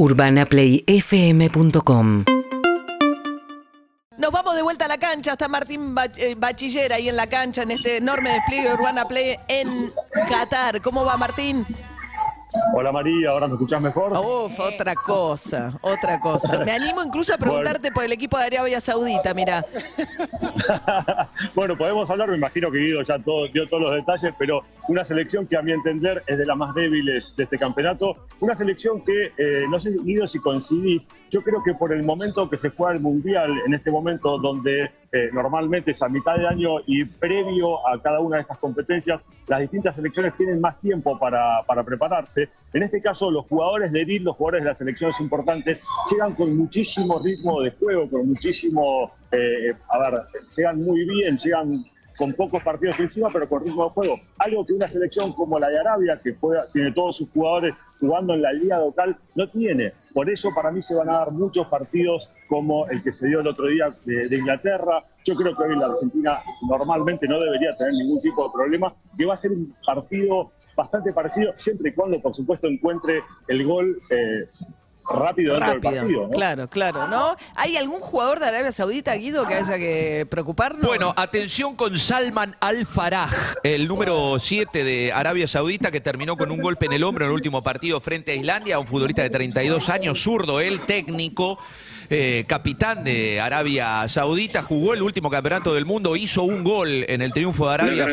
UrbanaPlayFM.com. Nos vamos de vuelta a la cancha, está Martín Bachiller ahí en la cancha, en este enorme despliegue de Urbana Play en Qatar. ¿Cómo va, Martín? Hola María, ¿ahora me escuchás mejor? Uf, otra cosa. Me animo incluso a preguntarte por el equipo de Arabia Saudita, mira. Bueno, podemos hablar, me imagino que Guido ya dio todos los detalles, pero una selección que a mi entender es de las más débiles de este campeonato. Una selección que, no sé Guido si coincidís, yo creo que por el momento que se juega el Mundial, en este momento donde normalmente es a mitad de año y previo a cada una de estas competencias, las distintas selecciones tienen más tiempo para prepararse. En este caso, los jugadores de élite, los jugadores de las selecciones importantes, llegan con muchísimo ritmo de juego, con muchísimo, llegan muy bien, llegan con pocos partidos encima, pero con ritmo de juego. Algo que una selección como la de Arabia, que tiene todos sus jugadores jugando en la liga local, no tiene. Por eso para mí se van a dar muchos partidos como el que se dio el otro día de Inglaterra. Yo creo que hoy la Argentina normalmente no debería tener ningún tipo de problema, que va a ser un partido bastante parecido, siempre y cuando, por supuesto, encuentre el gol rápido dentro del partido, ¿no? Claro, ¿no? ¿Hay algún jugador de Arabia Saudita, Guido, que haya que preocuparnos? Bueno, atención con Salman Al-Faraj, el número 7 de Arabia Saudita, que terminó con un golpe en el hombro en el último partido frente a Islandia, un futbolista de 32 años, zurdo, el técnico. Capitán de Arabia Saudita, jugó el último campeonato del mundo, hizo un gol en el triunfo de Arabia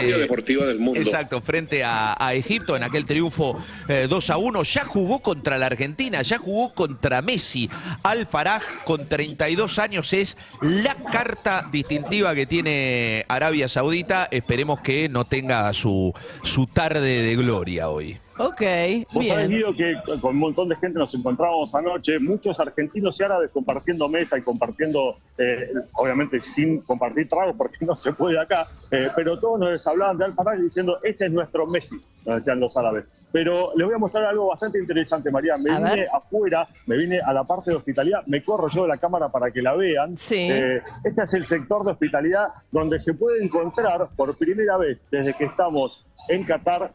frente a Egipto en aquel triunfo 2-1. Ya jugó contra la Argentina, ya jugó contra Messi. Al-Faraj, con 32 años, es la carta distintiva que tiene Arabia Saudita. Esperemos que no tenga su tarde de gloria hoy. Ok, Vos sabés, Guido, que con un montón de gente nos encontrábamos anoche, muchos argentinos y árabes compartiendo mesa y compartiendo, obviamente sin compartir tragos porque no se puede acá, pero todos nos hablaban de Al-Faraj diciendo, ese es nuestro Messi, nos decían los árabes. Pero les voy a mostrar algo bastante interesante, María. Me vine afuera, me vine a la parte de hospitalidad, me corro yo de la cámara para que la vean. Sí. Este es el sector de hospitalidad donde se puede encontrar por primera vez desde que estamos en Qatar.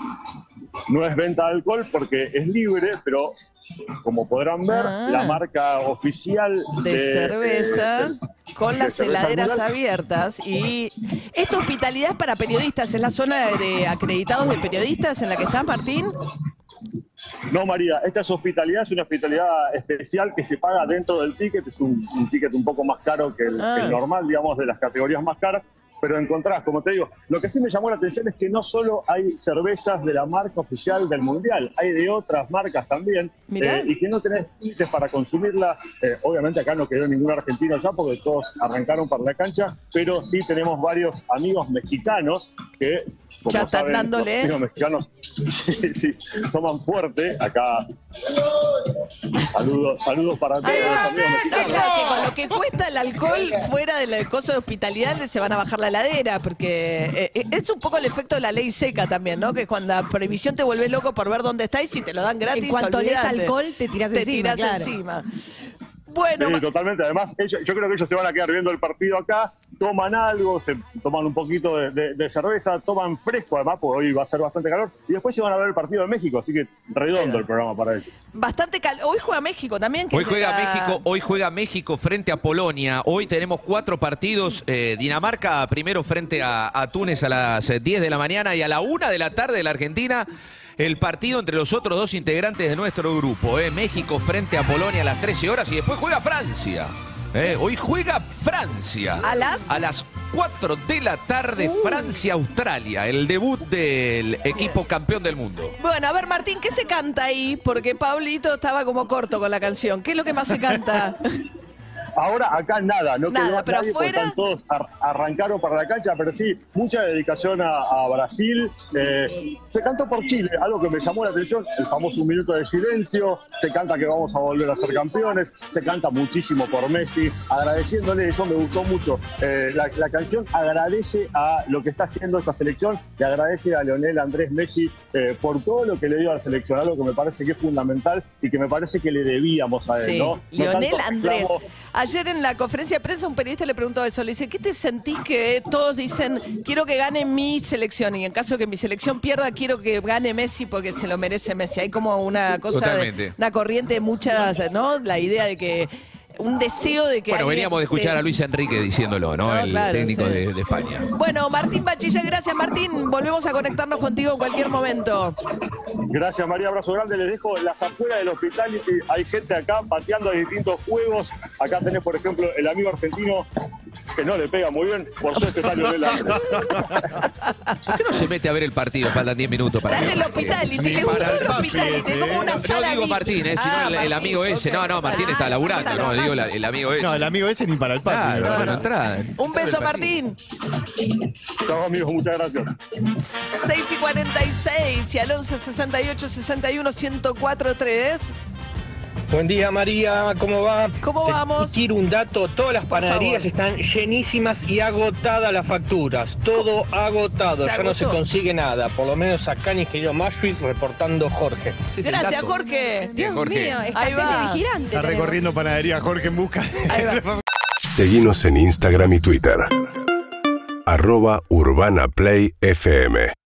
No es venta de alcohol porque es libre, pero como podrán ver, la marca oficial de cerveza con las heladeras abiertas. Y esta hospitalidad es para periodistas, ¿es la zona de acreditados de periodistas en la que está Martín? No, María, esta es hospitalidad, es una hospitalidad especial que se paga dentro del ticket, es un ticket un poco más caro que el normal, digamos, de las categorías más caras, pero encontrás, como te digo, lo que sí me llamó la atención es que no solo hay cervezas de la marca oficial del Mundial, hay de otras marcas también, y que no tenés tickets para consumirla. Obviamente acá no quedó ningún argentino ya porque todos arrancaron para la cancha, pero sí tenemos varios amigos mexicanos que, como ya están saben, dándole. Los amigos mexicanos sí, toman fuerte acá. Saludos para todos los amigos mexicanos. Que con lo que cuesta el alcohol fuera de la cosa de hospitalidad se van a bajar la heladera, porque es un poco el efecto de la ley seca también, ¿no? Que cuando la prohibición te vuelve loco por ver dónde está y si te lo dan gratis, en cuanto lees alcohol te tirás encima. Bueno, sí, totalmente. Además, yo creo que ellos se van a quedar viendo el partido acá, toman algo, se toman un poquito de cerveza, toman fresco además, porque hoy va a ser bastante calor, y después se van a ver el partido de México, así que redondo el programa para ellos. Bastante calor. Hoy juega México también. Hoy juega México frente a Polonia. Hoy tenemos 4 partidos. Dinamarca primero frente a Túnez a las 10 de la mañana y a la 1 de la tarde la Argentina. El partido entre los otros 2 integrantes de nuestro grupo, México frente a Polonia a las 13 horas y después juega Francia. Hoy juega Francia. ¿A las 4 de la tarde, Francia-Australia, el debut del equipo campeón del mundo. Bueno, a ver, Martín, ¿qué se canta ahí? Porque Pablito estaba como corto con la canción. ¿Qué es lo que más se canta? Ahora acá nada, no quedó pero nadie, afuera están todos arrancaron para la cancha, pero sí, mucha dedicación a Brasil. Se cantó por Chile, algo que me llamó la atención, el famoso 1 minuto de silencio, se canta que vamos a volver a ser campeones, se canta muchísimo por Messi, agradeciéndole, eso me gustó mucho. La canción agradece a lo que está haciendo esta selección, le agradece a Lionel Andrés Messi por todo lo que le dio a la selección, algo que me parece que es fundamental y que me parece que le debíamos a él, sí. ¿no? Lionel Andrés. Ayer en la conferencia de prensa un periodista le preguntó eso, le dice, ¿qué te sentís que todos dicen, quiero que gane mi selección y en caso de que mi selección pierda, quiero que gane Messi porque se lo merece Messi? Hay como una cosa, una corriente de muchas, ¿no? La idea de que un deseo de que... Bueno, veníamos de escuchar a Luis Enrique diciéndolo, ¿no? El técnico de España. Bueno, Martín Bachiller, gracias Martín. Volvemos a conectarnos contigo en cualquier momento. Gracias María, abrazo grande. Les dejo las afueras del Hospitality. Hay gente acá pateando distintos juegos. Acá tenés, por ejemplo, el amigo argentino que no le pega muy bien. Por suerte está Lionel Andrés. ¿Por qué no se mete a ver el partido? Faltan 10 minutos para... Dale el Hospitality, le gustó el Hospitality. Es como una sala... No digo Martín, sino el amigo ese. No, Martín está laburando, no, digo el amigo ese. No, el amigo ese ni para el patio. Un beso, Martín. Chao, amigos, muchas gracias. 6:46 y al 11 68 61 1043. Buen día, María, ¿cómo va? ¿Cómo vamos? Quiero un dato, todas las panaderías están llenísimas y agotadas las facturas, todo agotado, ya no se consigue nada, por lo menos acá en Ingeniero Mashfield reportando Jorge. Gracias, Jorge. Dios Jorge. mío, Ahí va. escasez de vigilante. Está recorriendo panadería Jorge en busca. Ahí va. Seguinos en Instagram y Twitter. @UrbanaPlayFM